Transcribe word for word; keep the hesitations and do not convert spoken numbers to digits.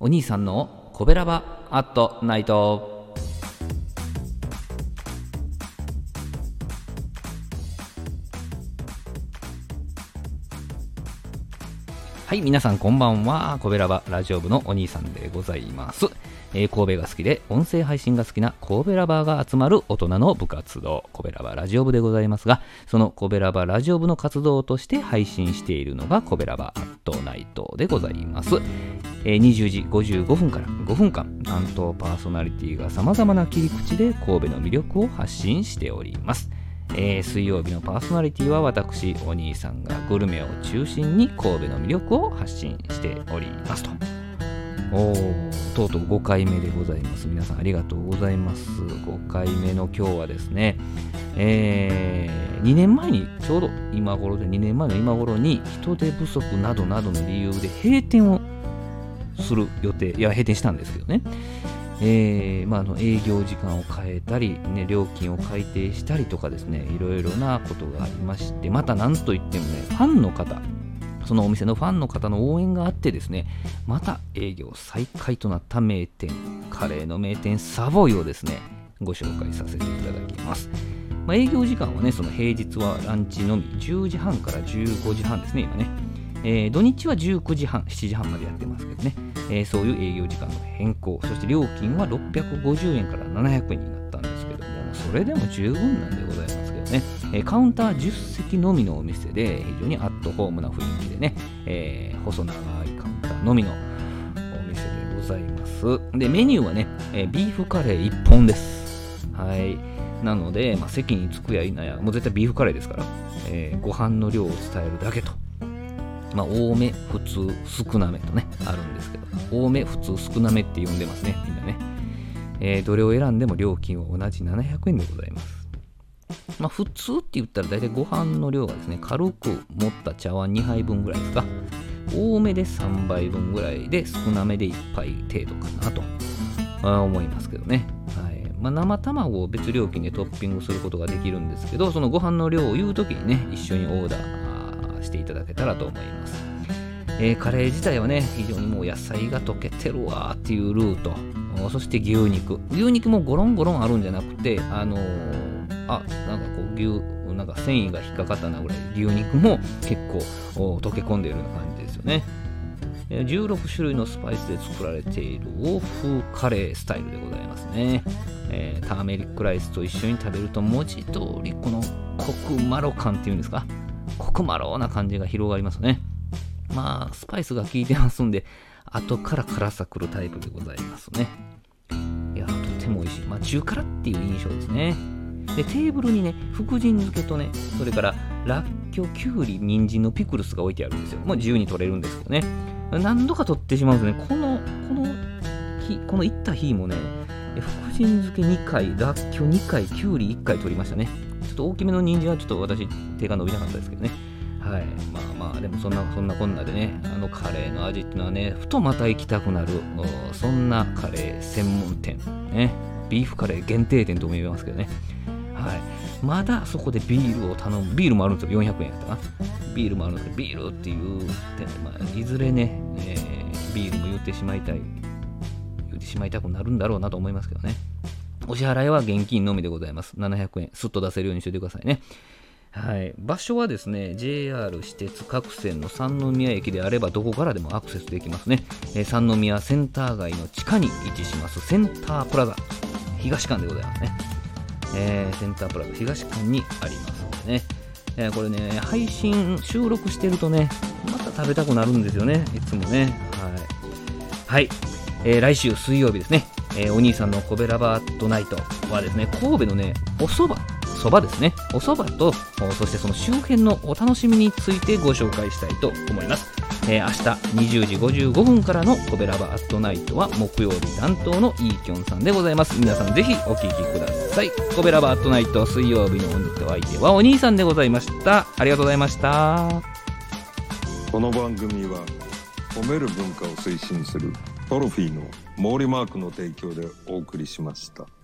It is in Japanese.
お兄さんのコベラバアットナイト。はい、皆さんこんばんは。コベラバラジオ部のお兄さんでございます。えー、神戸が好きで音声配信が好きな神戸ラバーが集まる大人の部活動、コベラバラジオ部でございますが、そのコベラバラジオ部の活動として配信しているのがコベラバアットナイトでございます。えー、にじゅうじごじゅうごふんからごふんかん、担当パーソナリティがさまざまな切り口で神戸の魅力を発信しております。えー、水曜日のパーソナリティは私お兄さんがグルメを中心に神戸の魅力を発信しておりますと。おー、とうとうごかいめでございます。皆さんありがとうございます。ごかいめの今日はですね、えー、にねんまえにちょうど今頃でにねんまえの今頃に人手不足などなどの理由で閉店をする予定、いや閉店したんですけどね、えーまあ、あの営業時間を変えたり、ね、料金を改定したりとかですね、いろいろなことがありまして、また何といってもね、ファンの方、そのお店のファンの方の応援があってですね、また営業再開となった名店、カレーの名店サボイをですね、ご紹介させていただきます。まあ、営業時間はね、その平日はランチのみじゅうじはんからじゅうごじはんですね、今ね。えー、土日はじゅうくじはん、しちじはんまでやってますけどね、えー、そういう営業時間の変更、そして料金はろっぴゃくごじゅうえんからななひゃくえんになったんですけども、それでも十分なんでございますけどね、えー、カウンターじゅっせきのみのお店で非常にアットホームな雰囲気でね、えー、細長いカウンターのみのお店でございます。で、メニューはね、えー、ビーフカレーいっぽんです。はい。なので、まあ、席に着くやいなや、もう絶対ビーフカレーですから、えー、ご飯の量を伝えるだけと。まあ、多め、普通、少なめとね、あるんですけど、多め、普通、少なめって呼んでますね、みんなね。えー、どれを選んでも料金は同じななひゃくえんでございます。まあ、普通って言ったら大体ご飯の量がですね、軽く持った茶碗にはいぶんぐらいですか。多めでさんばいぶんぐらいで、少なめでいっぱい程度かなと思いますけどね。はい。まあ、生卵を別料金でトッピングすることができるんですけど、そのご飯の量を言うときにね、一緒にオーダーしていただけたらと思います。えー、カレー自体はね、非常にもう野菜が溶けてるわーっていうルート、そして牛肉牛肉もゴロンゴロンあるんじゃなくて、あのー、あなんかこう牛なんか繊維が引っかかったなぐらい牛肉も結構溶け込んでいるような感じですよね。じゅうろくしゅるいのスパイスで作られている欧風カレースタイルでございますね。えー、ターメリックライスと一緒に食べると文字通りこのコクマロ感っていうんですか、コクマローな感じが広がりますね。まあスパイスが効いてますんで、後から辛さくるタイプでございますね。いやとても美味しい。まあ中辛っていう印象ですね。でテーブルにね、福神漬けとね、それかららっきょう、きゅうり、人参のピクルスが置いてあるんですよ。もう自由に取れるんですけどね、何度か取ってしまうんですね。このこの日この行った日もね、福神漬けにかい、らっきょうにかい、きゅうりいっかい取りましたね。ちょっと大きめの人参はちょっと私手が伸びなかったですけどね。はい。まあまあでもそんなそんなこんなでね、あのカレーの味っていうのはね、ふとまた行きたくなる、そんなカレー専門店ね、ビーフカレー限定店とも言えますけどね。はい。まだそこでビールを頼む、ビールもあるんですよ。よんひゃくえんやったかな。ビールもあるんですけど、ビールっていう店で、まあ、いずれね、えー、ビールも言ってしまいたい、言ってしまいたくなるんだろうなと思いますけどね。お支払いは現金のみでございます。ななひゃくえん、すっと出せるようにしておいてくださいね。はい。場所はですね、ジェイアール 私鉄各線の三宮駅であればどこからでもアクセスできますね。えー、三宮センター街の地下に位置しますセンタープラザ東館でございますね。えー、センタープラザ東館にありますのでね、えー、これね、配信収録してるとね、また食べたくなるんですよね、いつもね。はい、はい。えー、来週水曜日ですね、えー、お兄さんのコベラバートナイトはですね、神戸のね、お蕎麦そばですね、お蕎麦と、そしてその周辺のお楽しみについてご紹介したいと思います。えー、明日にじゅうじごじゅうごふんからのコベラバアットナイトは木曜日担当のイーキョンさんでございます。皆さんぜひお聞きください。コベラバアットナイト水曜日のお相手はお兄さんでございました。ありがとうございました。 この番組は褒める文化を推進するトロフィーの毛利マークの提供でお送りしました。